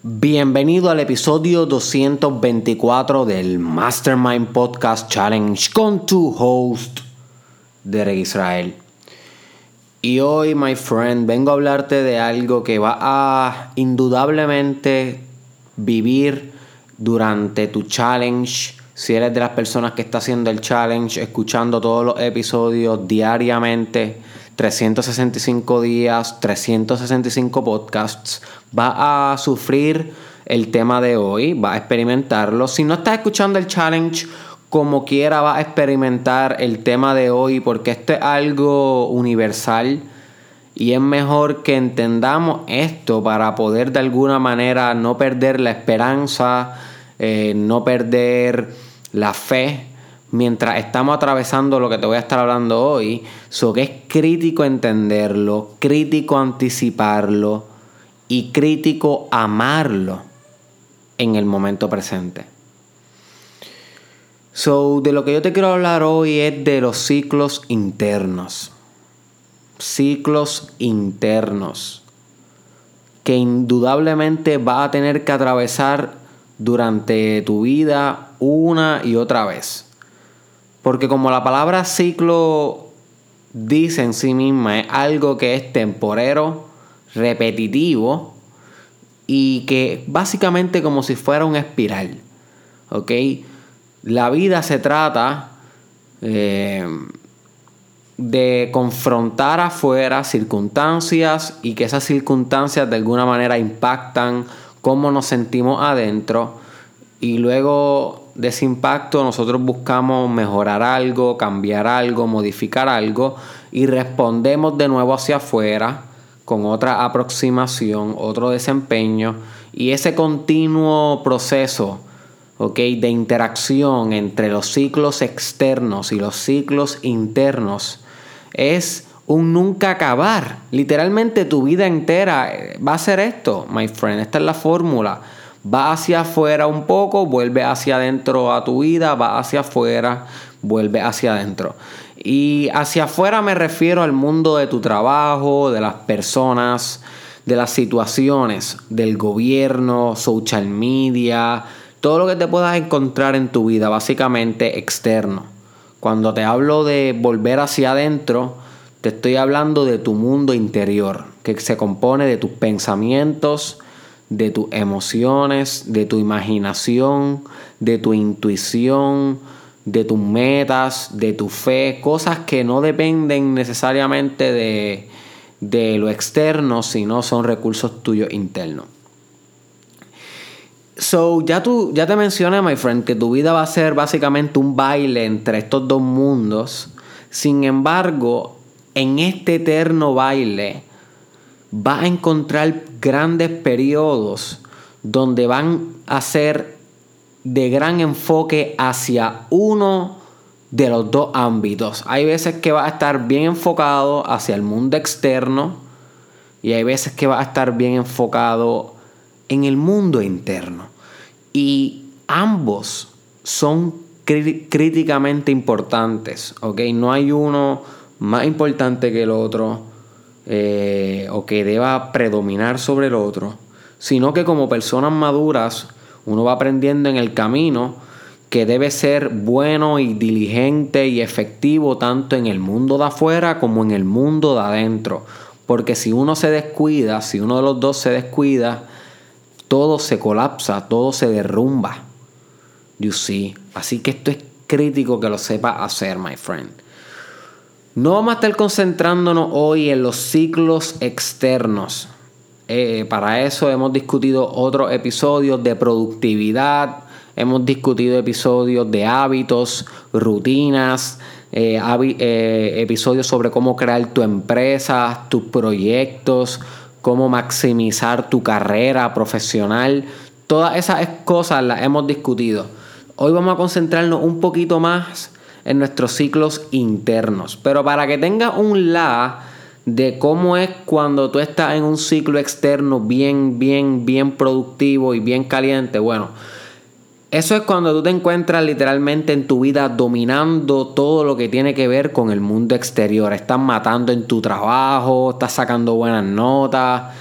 Bienvenido al episodio 224 del Mastermind Podcast Challenge con tu host, Derek Israel. Y hoy, my friend, vengo a hablarte de algo que va a indudablemente vivir durante tu challenge. Si eres de las personas que está haciendo el challenge, escuchando todos los episodios diariamente, 365 días, 365 podcasts, va a sufrir el tema de hoy, va a experimentarlo. Si no estás escuchando el challenge, como quiera va a experimentar el tema de hoy, porque esto es algo universal y es mejor que entendamos esto para poder de alguna manera no perder la esperanza, no perder la fe mientras estamos atravesando lo que te voy a estar hablando hoy. Que es crítico entenderlo, crítico anticiparlo y crítico amarlo en el momento presente. De lo que yo te quiero hablar hoy es de los ciclos internos. Ciclos internos que indudablemente vas a tener que atravesar durante tu vida una y otra vez. Porque como la palabra ciclo dice en sí misma, es algo que es temporero, repetitivo y que básicamente como si fuera una espiral. ¿Ok? La vida se trata de confrontar afuera circunstancias y que esas circunstancias de alguna manera impactan cómo nos sentimos adentro, y luego de ese impacto nosotros buscamos mejorar algo, cambiar algo, modificar algo y respondemos de nuevo hacia afuera con otra aproximación, otro desempeño, y ese continuo proceso, de interacción entre los ciclos externos y los ciclos internos es un nunca acabar. Literalmente tu vida entera va a ser esto, my friend. Esta es la fórmula. Va hacia afuera un poco, vuelve hacia adentro a tu vida, va hacia afuera, vuelve hacia adentro. Y hacia afuera me refiero al mundo de tu trabajo, de las personas, de las situaciones, del gobierno, social media, todo lo que te puedas encontrar en tu vida, básicamente externo. Cuando te hablo de volver hacia adentro, te estoy hablando de tu mundo interior, que se compone de tus pensamientos, de tus emociones, de tu imaginación, de tu intuición, de tus metas, de tu fe, cosas que no dependen necesariamente de lo externo, sino son recursos tuyos internos. Ya te mencioné, my friend, que tu vida va a ser básicamente un baile entre estos dos mundos. Sin embargo, en este eterno baile vas a encontrar grandes periodos donde van a ser de gran enfoque hacia uno de los dos ámbitos. Hay veces que vas a estar bien enfocado hacia el mundo externo y hay veces que vas a estar bien enfocado en el mundo interno. Y ambos son críticamente importantes, ¿ok? No hay uno más importante que el otro, o que deba predominar sobre el otro, sino que como personas maduras uno va aprendiendo en el camino que debe ser bueno y diligente y efectivo tanto en el mundo de afuera como en el mundo de adentro, porque si uno se descuida, si uno de los dos se descuida, todo se colapsa, todo se derrumba. You see? Así que esto es crítico que lo sepas hacer, my friend. No vamos a estar concentrándonos hoy en los ciclos externos. Para eso hemos discutido otros episodios de productividad, hemos discutido episodios de hábitos, rutinas, episodios sobre cómo crear tu empresa, tus proyectos, cómo maximizar tu carrera profesional. Todas esas cosas las hemos discutido. Hoy vamos a concentrarnos un poquito más en nuestros ciclos internos. Pero para que tengas un de cómo es cuando tú estás en un ciclo externo bien productivo y bien caliente, bueno, eso es cuando tú te encuentras literalmente en tu vida dominando todo lo que tiene que ver con el mundo exterior. Estás matando en tu trabajo, estás sacando buenas notas,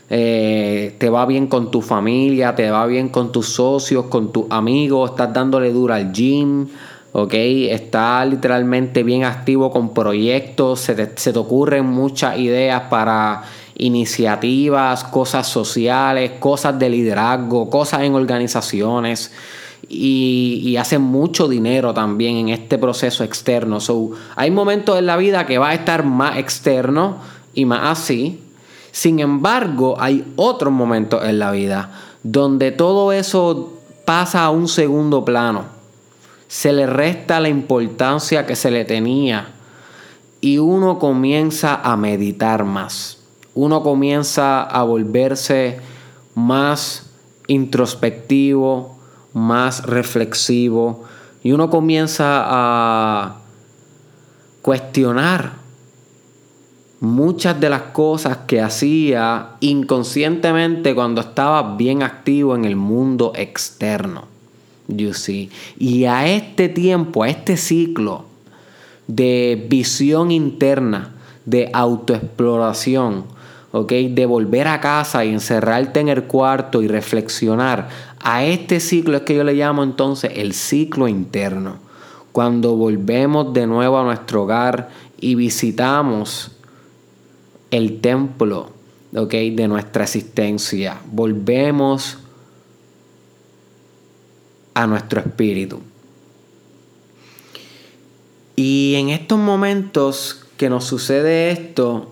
te va bien con tu familia, te va bien con tus socios, con tus amigos, estás dándole duro al gym, ¿ok? Estás literalmente bien activo con proyectos, se te ocurren muchas ideas para iniciativas, cosas sociales, cosas de liderazgo, cosas en organizaciones. Y hacen mucho dinero también en este proceso externo. So, hay momentos en la vida que va a estar más externo y más así. Sin embargo, hay otros momentos en la vida donde todo eso pasa a un segundo plano. Se le resta la importancia que se le tenía y uno comienza a meditar más. Uno comienza a volverse más introspectivo, más reflexivo, y uno comienza a cuestionar muchas de las cosas que hacía inconscientemente cuando estaba bien activo en el mundo externo. You see. Y a este tiempo, a este ciclo de visión interna, de autoexploración, ¿okay? De volver a casa y encerrarte en el cuarto y reflexionar, a este ciclo es que yo le llamo entonces el ciclo interno. Cuando volvemos de nuevo a nuestro hogar y visitamos el templo, ¿okay? De nuestra existencia, volvemos a nuestro espíritu. Y en estos momentos que nos sucede esto,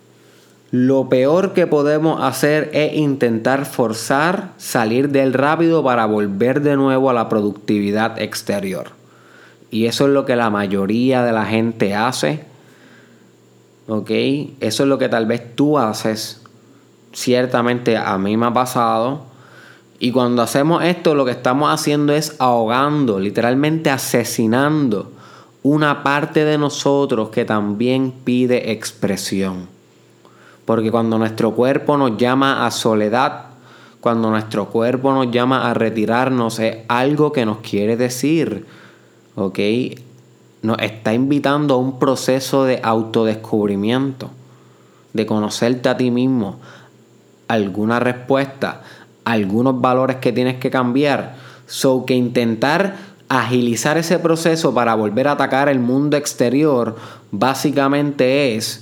lo peor que podemos hacer es intentar forzar salir del rápido para volver de nuevo a la productividad exterior. Y eso es lo que la mayoría de la gente hace. ¿Ok? Eso es lo que tal vez tú haces. Ciertamente a mí me ha pasado. Y cuando hacemos esto, lo que estamos haciendo es ahogando, literalmente asesinando una parte de nosotros que también pide expresión. Porque cuando nuestro cuerpo nos llama a soledad, cuando nuestro cuerpo nos llama a retirarnos, es algo que nos quiere decir, ¿ok? Nos está invitando a un proceso de autodescubrimiento, de conocerte a ti mismo, alguna respuesta, algunos valores que tienes que cambiar. So que intentar agilizar ese proceso para volver a atacar el mundo exterior, básicamente es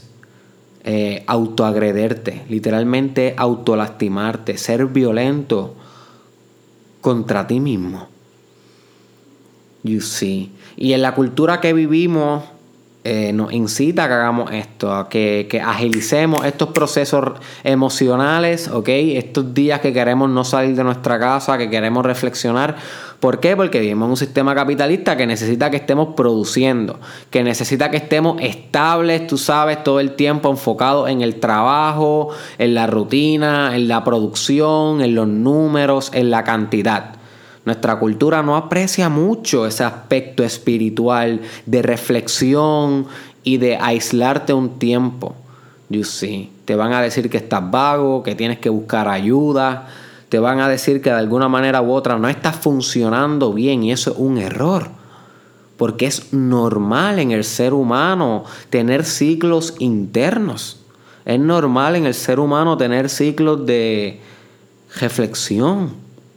autoagrederte, literalmente autolastimarte, ser violento contra ti mismo. You see. Y en la cultura que vivimos nos incita a que hagamos esto, a que agilicemos estos procesos emocionales, ¿ok? Estos días que queremos no salir de nuestra casa, que queremos reflexionar. ¿Por qué? Porque vivimos en un sistema capitalista que necesita que estemos produciendo, que necesita que estemos estables, tú sabes, todo el tiempo enfocados en el trabajo, en la rutina, en la producción, en los números, en la cantidad. Nuestra cultura no aprecia mucho ese aspecto espiritual de reflexión y de aislarte un tiempo. You see. Te van a decir que estás vago, que tienes que buscar ayuda. Te van a decir que de alguna manera u otra no estás funcionando bien, y eso es un error. Porque es normal en el ser humano tener ciclos internos. Es normal en el ser humano tener ciclos de reflexión.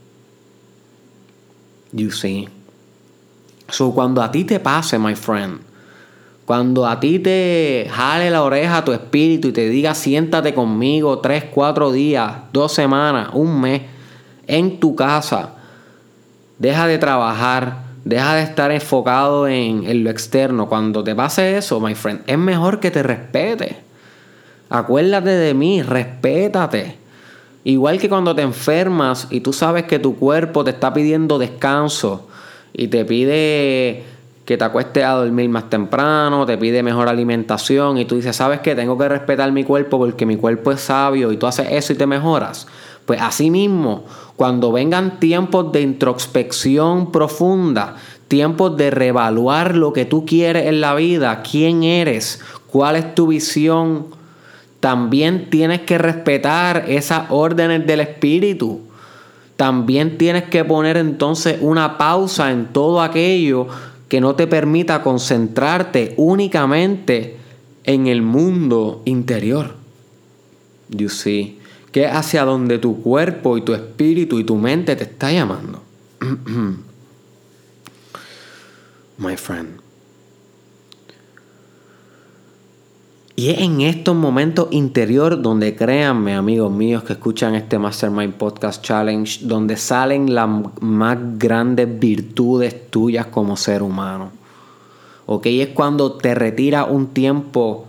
You see. So, cuando a ti te pase, my friend, cuando a ti te jale la oreja a tu espíritu y te diga siéntate conmigo 3, 4 días, 2 semanas, un mes, en tu casa, deja de trabajar, deja de estar enfocado en lo externo. Cuando te pase eso, my friend, es mejor que te respete. Acuérdate de mí, respétate. Igual que cuando te enfermas y tú sabes que tu cuerpo te está pidiendo descanso y te pide que te acuestes a dormir más temprano, te pide mejor alimentación y tú dices, ¿sabes qué? Tengo que respetar mi cuerpo porque mi cuerpo es sabio, y tú haces eso y te mejoras. Pues así mismo, cuando vengan tiempos de introspección profunda, tiempos de reevaluar lo que tú quieres en la vida, quién eres, cuál es tu visión, también tienes que respetar esas órdenes del espíritu. También tienes que poner entonces una pausa en todo aquello que no te permita concentrarte únicamente en el mundo interior. You see. ¿Qué es hacia donde tu cuerpo y tu espíritu y tu mente te está llamando? My friend. Y es en estos momentos interiores donde, créanme, amigos míos que escuchan este Mastermind Podcast Challenge, donde salen las más grandes virtudes tuyas como ser humano. ¿Ok? Es cuando te retiras un tiempo.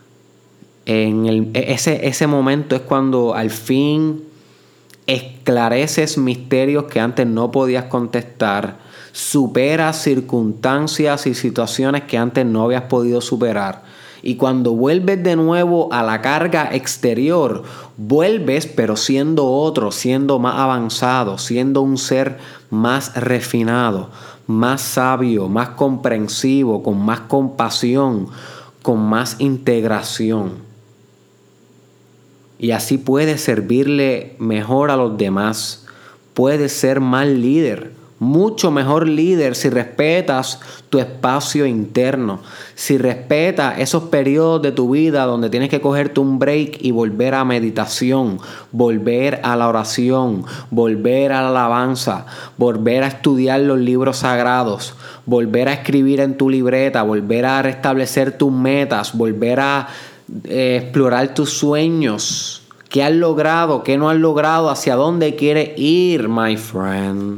Ese momento es cuando al fin esclareces misterios que antes no podías contestar. Superas circunstancias y situaciones que antes no habías podido superar. Y cuando vuelves de nuevo a la carga exterior, vuelves pero siendo otro, siendo más avanzado, siendo un ser más refinado, más sabio, más comprensivo, con más compasión, con más integración. Y así puedes servirle mejor a los demás. Puedes ser más líder. Mucho mejor líder si respetas tu espacio interno, si respetas esos periodos de tu vida donde tienes que cogerte un break y volver a meditación, volver a la oración, volver a la alabanza, volver a estudiar los libros sagrados, volver a escribir en tu libreta, volver a restablecer tus metas, volver a explorar tus sueños. ¿Qué has logrado? ¿Qué no has logrado? ¿Hacia dónde quieres ir, my friend?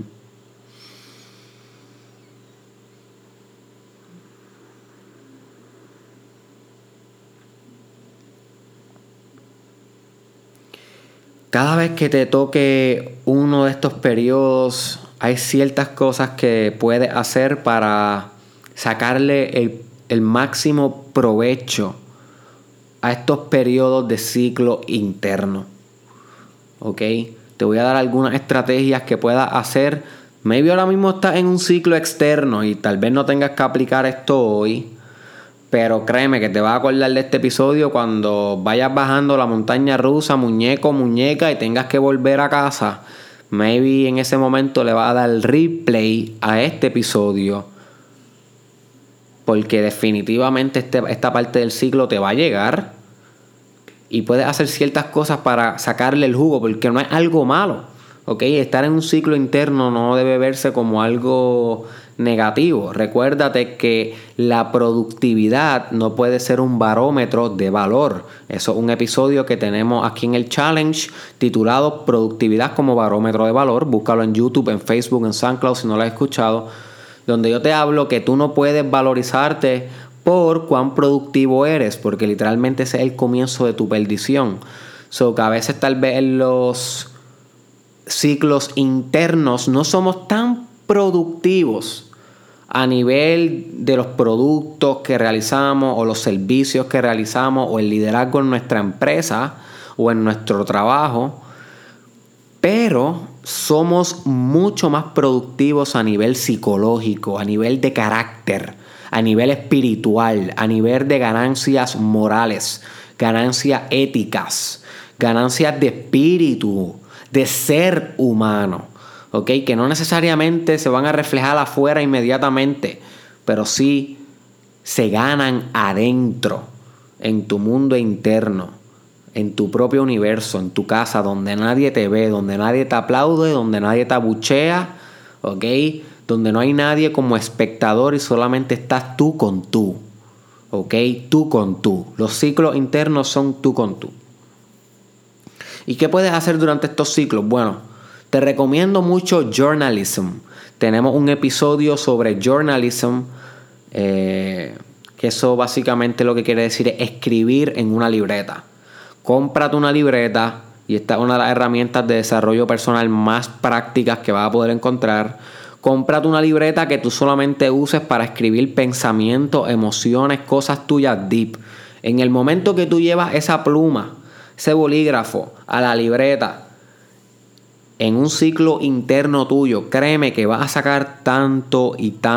Cada vez que te toque uno de estos periodos, hay ciertas cosas que puedes hacer para sacarle el máximo provecho a estos periodos de ciclo interno. ¿Ok? Te voy a dar algunas estrategias que puedas hacer. Maybe ahora mismo estás en un ciclo externo y tal vez no tengas que aplicar esto hoy. Pero créeme que te vas a acordar de este episodio cuando vayas bajando la montaña rusa, muñeco, muñeca, y tengas que volver a casa. Maybe en ese momento le vas a dar replay a este episodio. Porque definitivamente esta parte del ciclo te va a llegar. Y puedes hacer ciertas cosas para sacarle el jugo, porque no es algo malo. ¿Ok? Estar en un ciclo interno no debe verse como algo negativo. Recuérdate que la productividad no puede ser un barómetro de valor. Eso es un episodio que tenemos aquí en el challenge titulado Productividad como barómetro de valor. Búscalo en YouTube, en Facebook, en SoundCloud si no lo has escuchado, donde yo te hablo que tú no puedes valorizarte por cuán productivo eres, porque literalmente ese es el comienzo de tu perdición. So que a veces tal vez en los ciclos internos no somos tan productivos a nivel de los productos que realizamos o los servicios que realizamos o el liderazgo en nuestra empresa o en nuestro trabajo, pero somos mucho más productivos a nivel psicológico, a nivel de carácter, a nivel espiritual, a nivel de ganancias morales, ganancias éticas, ganancias de espíritu, de ser humano. ¿Ok? Que no necesariamente se van a reflejar afuera inmediatamente, pero sí se ganan adentro, en tu mundo interno, en tu propio universo, en tu casa, donde nadie te ve, donde nadie te aplaude, donde nadie te abuchea, ¿ok? Donde no hay nadie como espectador y solamente estás tú con tú, ¿ok? Tú con tú. Los ciclos internos son tú con tú. ¿Y qué puedes hacer durante estos ciclos? Bueno, te recomiendo mucho journalism. Tenemos un episodio sobre journalism, que eso básicamente lo que quiere decir es escribir en una libreta. Cómprate una libreta, y esta es una de las herramientas de desarrollo personal más prácticas que vas a poder encontrar. Cómprate una libreta que tú solamente uses para escribir pensamientos, emociones, cosas tuyas deep. En el momento que tú llevas esa pluma, ese bolígrafo a la libreta, en un ciclo interno tuyo, créeme que vas a sacar tanto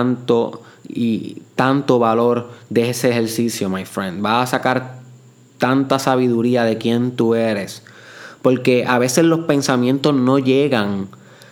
valor de ese ejercicio, my friend. Vas a sacar tanta sabiduría de quién tú eres. Porque a veces los pensamientos no llegan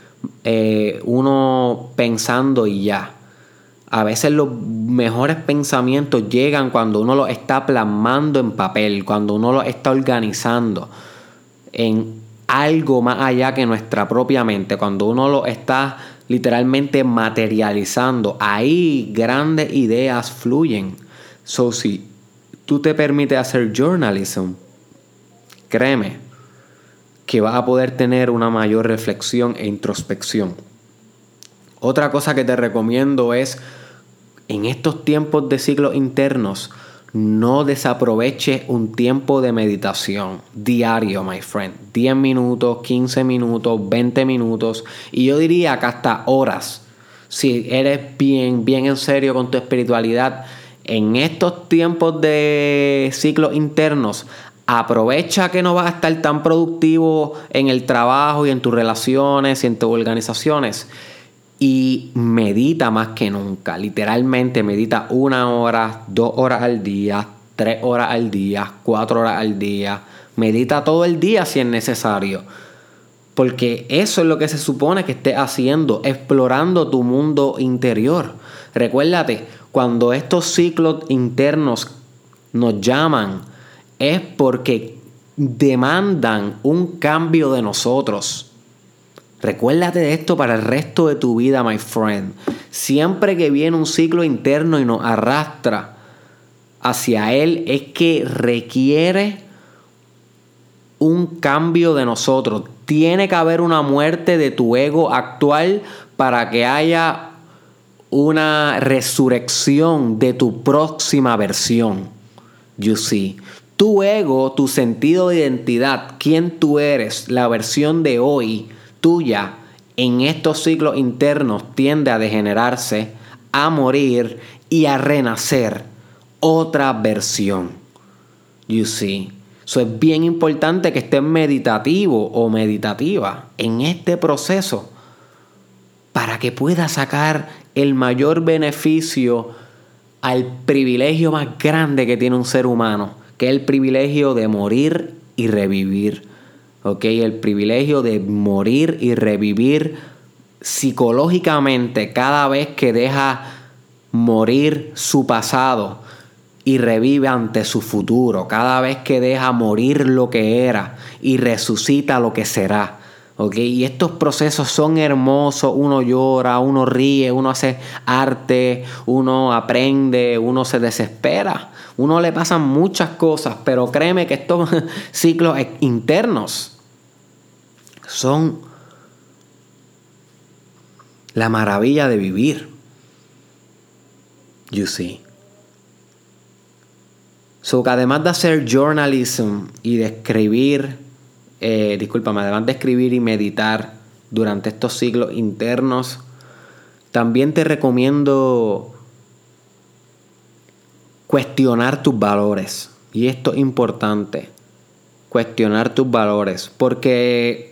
uno pensando y ya. A veces los mejores pensamientos llegan cuando uno los está plasmando en papel, cuando uno los está organizando en algo más allá que nuestra propia mente. Cuando uno lo está literalmente materializando, ahí grandes ideas fluyen. So, si tú te permites hacer journalism, créeme que vas a poder tener una mayor reflexión e introspección. Otra cosa que te recomiendo es, en estos tiempos de ciclos internos, no desaproveches un tiempo de meditación diario, my friend. 10 minutos, 15 minutos, 20 minutos. Y yo diría que hasta horas. Si eres bien en serio con tu espiritualidad, en estos tiempos de ciclos internos, aprovecha que no vas a estar tan productivo en el trabajo y en tus relaciones y en tus organizaciones. Y medita más que nunca. Literalmente medita 1 hora, 2 horas al día, 3 horas al día, 4 horas al día. Medita todo el día si es necesario. Porque eso es lo que se supone que estés haciendo, explorando tu mundo interior. Recuérdate, cuando estos ciclos internos nos llaman, es porque demandan un cambio de nosotros. Recuérdate de esto para el resto de tu vida, my friend. Siempre que viene un ciclo interno y nos arrastra hacia él, es que requiere un cambio de nosotros. Tiene que haber una muerte de tu ego actual para que haya una resurrección de tu próxima versión. You see. Tu ego, tu sentido de identidad, quién tú eres, la versión de hoy tuya, en estos ciclos internos tiende a degenerarse, a morir y a renacer otra versión. You see. Eso es bien importante que estés meditativo o meditativa en este proceso para que puedas sacar el mayor beneficio al privilegio más grande que tiene un ser humano, que es el privilegio de morir y revivir. Okay, el privilegio de morir y revivir psicológicamente cada vez que deja morir su pasado y revive ante su futuro, cada vez que deja morir lo que era y resucita lo que será. Okay, y estos procesos son hermosos. Uno llora, uno ríe, uno hace arte, uno aprende, uno se desespera. Uno le pasan muchas cosas, pero créeme que estos ciclos internos son la maravilla de vivir. You see. So que además de hacer journalism y de escribir, además de escribir y meditar durante estos ciclos internos, también te recomiendo cuestionar tus valores. Y esto es importante, cuestionar tus valores, porque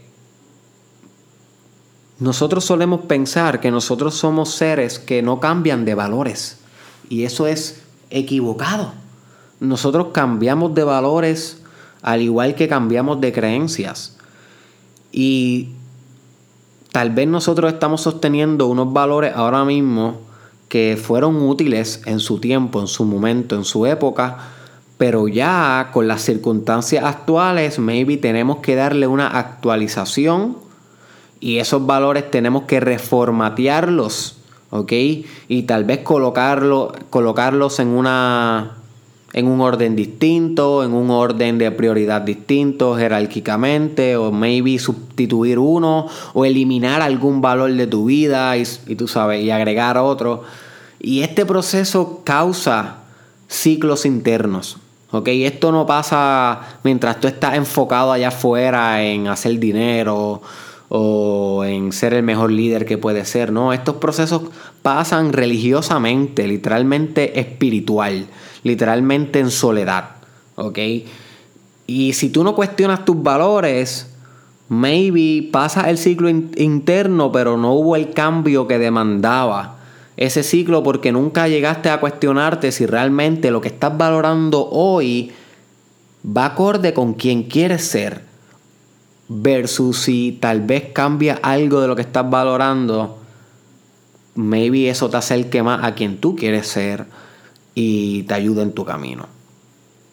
nosotros solemos pensar que nosotros somos seres que no cambian de valores, y eso es equivocado. Nosotros cambiamos de valores al igual que cambiamos de creencias, y tal vez nosotros estamos sosteniendo unos valores ahora mismo que fueron útiles en su tiempo, en su momento, en su época, pero ya con las circunstancias actuales, maybe tenemos que darle una actualización y esos valores tenemos que reformatearlos, ¿ok? Y tal vez colocarlos en un orden distinto, en un orden de prioridad distinto, jerárquicamente, o maybe sustituir uno o eliminar algún valor de tu vida y tú sabes, y agregar otro. Y este proceso causa ciclos internos, ¿ok? Esto no pasa mientras tú estás enfocado allá afuera en hacer dinero o en ser el mejor líder que puedes ser, ¿no? Estos procesos pasan religiosamente, literalmente espiritual, literalmente en soledad, ¿ok? Y si tú no cuestionas tus valores, maybe pasa el ciclo interno, pero no hubo el cambio que demandaba ese ciclo, porque nunca llegaste a cuestionarte si realmente lo que estás valorando hoy va acorde con quien quieres ser, versus si tal vez cambia algo de lo que estás valorando, maybe eso te acerque más a quien tú quieres ser y te ayude en tu camino.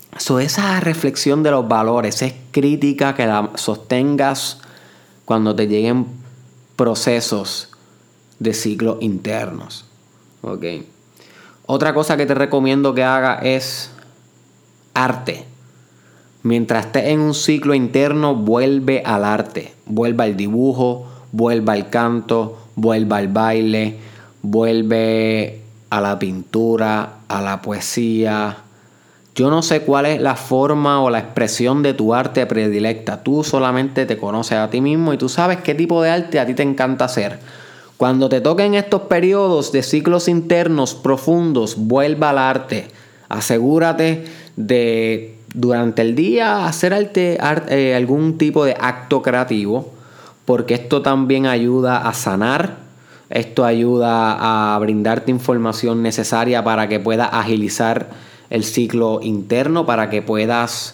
Esa reflexión de los valores es crítica que la sostengas cuando te lleguen procesos de ciclos internos. ¿Ok? Otra cosa que te recomiendo que hagas es arte. Mientras estés en un ciclo interno, vuelve al arte. Vuelve al dibujo, vuelve al canto, vuelve al baile, vuelve a la pintura, a la poesía. Yo no sé cuál es la forma o la expresión de tu arte predilecta. Tú solamente te conoces a ti mismo y tú sabes qué tipo de arte a ti te encanta hacer. Cuando te toquen estos periodos de ciclos internos profundos, vuelva al arte. Asegúrate de durante el día hacer algún tipo de acto creativo, porque esto también ayuda a sanar. Esto ayuda a brindarte información necesaria para que puedas agilizar el ciclo interno, para que puedas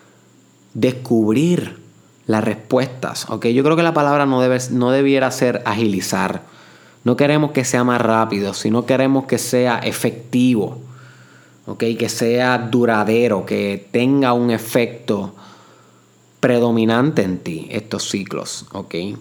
descubrir las respuestas. ¿Okay? Yo creo que la palabra no debiera ser agilizar. No queremos que sea más rápido, sino queremos que sea efectivo. ¿Okay? Que sea duradero, que tenga un efecto predominante en ti, estos ciclos. ¿Okay?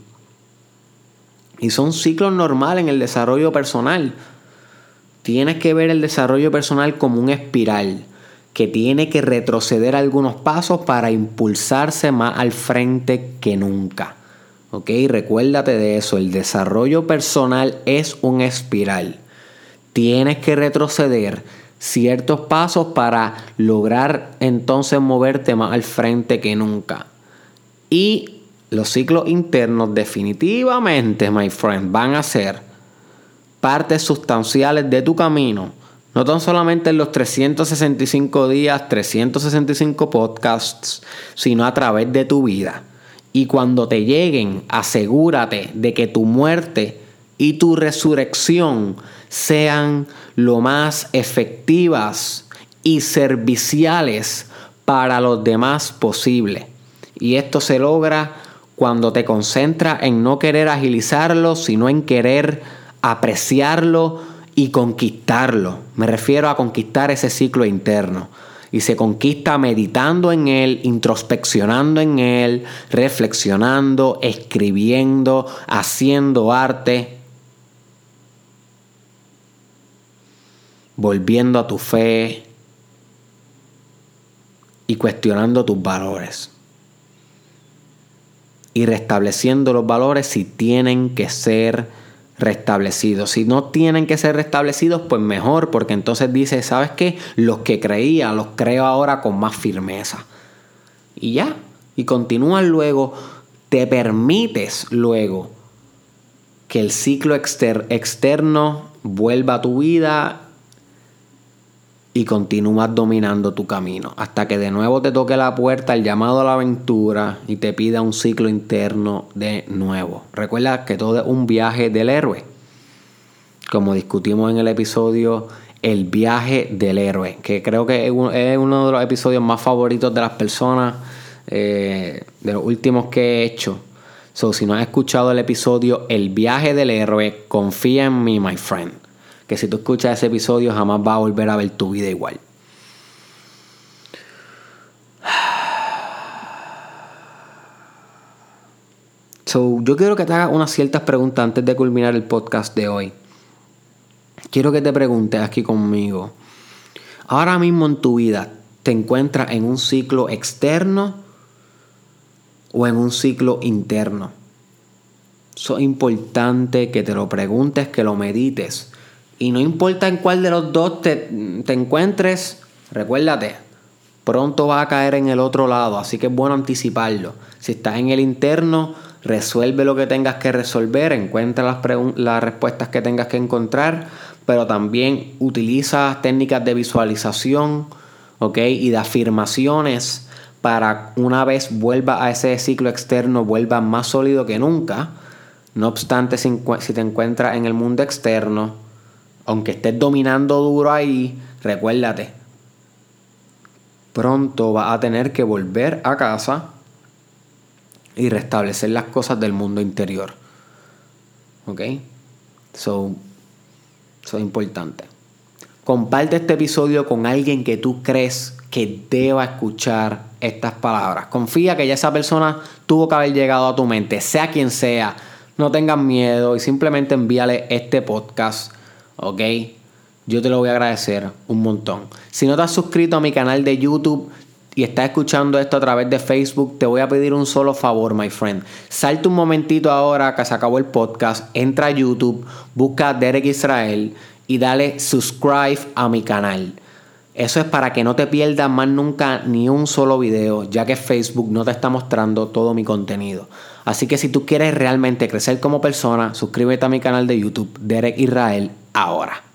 Y son ciclos normales en el desarrollo personal. Tienes que ver el desarrollo personal como un espiral que tiene que retroceder algunos pasos para impulsarse más al frente que nunca. ¿Ok? Recuérdate de eso. El desarrollo personal es un espiral. Tienes que retroceder ciertos pasos para lograr entonces moverte más al frente que nunca. Y los ciclos internos definitivamente, my friend, van a ser partes sustanciales de tu camino, no tan solamente en los 365 días, 365 podcasts, sino a través de tu vida. Y cuando te lleguen, asegúrate de que tu muerte y tu resurrección sean lo más efectivas y serviciales para los demás posible. Y esto se logra cuando te concentras en no querer agilizarlo, sino en querer apreciarlo y conquistarlo. Me refiero a conquistar ese ciclo interno. Y se conquista meditando en él, introspeccionando en él, reflexionando, escribiendo, haciendo arte, volviendo a tu fe y cuestionando tus valores. Y restableciendo los valores si tienen que ser restablecidos. Si no tienen que ser restablecidos, pues mejor, porque entonces dice, ¿sabes qué? Los que creía, los creo ahora con más firmeza. Y ya, y continúas luego, te permites luego que el ciclo externo vuelva a tu vida y continúas dominando tu camino hasta que de nuevo te toque la puerta el llamado a la aventura y te pida un ciclo interno de nuevo. Recuerda que todo es un viaje del héroe, como discutimos en el episodio El viaje del héroe, que creo que es uno de los episodios más favoritos de las personas, de los últimos que he hecho. Si no has escuchado el episodio El viaje del héroe, confía en mí, my friend, que si tú escuchas ese episodio jamás vas a volver a ver tu vida igual. Yo quiero que te hagas unas ciertas preguntas antes de culminar el podcast de hoy. Quiero que te preguntes aquí conmigo. Ahora mismo en tu vida, ¿te encuentras en un ciclo externo o en un ciclo interno? Eso es importante que te lo preguntes, que lo medites. Y no importa en cuál de los dos te encuentres, recuérdate, pronto vas a caer en el otro lado, así que es bueno anticiparlo. Si estás en el interno, resuelve lo que tengas que resolver, encuentra las respuestas que tengas que encontrar, pero también utiliza técnicas de visualización, ¿ok? Y de afirmaciones para una vez vuelva a ese ciclo externo, vuelva más sólido que nunca. No obstante, si te encuentras en el mundo externo, aunque estés dominando duro ahí, recuérdate, pronto vas a tener que volver a casa y restablecer las cosas del mundo interior. ¿Ok? Eso es importante. Comparte este episodio con alguien que tú crees que deba escuchar estas palabras. Confía que ya esa persona tuvo que haber llegado a tu mente, sea quien sea. No tengas miedo y simplemente envíale este podcast, ¿ok? Yo te lo voy a agradecer un montón. Si no te has suscrito a mi canal de YouTube y estás escuchando esto a través de Facebook, te voy a pedir un solo favor, my friend. Salte un momentito ahora que se acabó el podcast, entra a YouTube, busca Derek Israel y dale subscribe a mi canal. Eso es para que no te pierdas más nunca ni un solo video, ya que Facebook no te está mostrando todo mi contenido. Así que si tú quieres realmente crecer como persona, suscríbete a mi canal de YouTube, Derek Israel, ahora.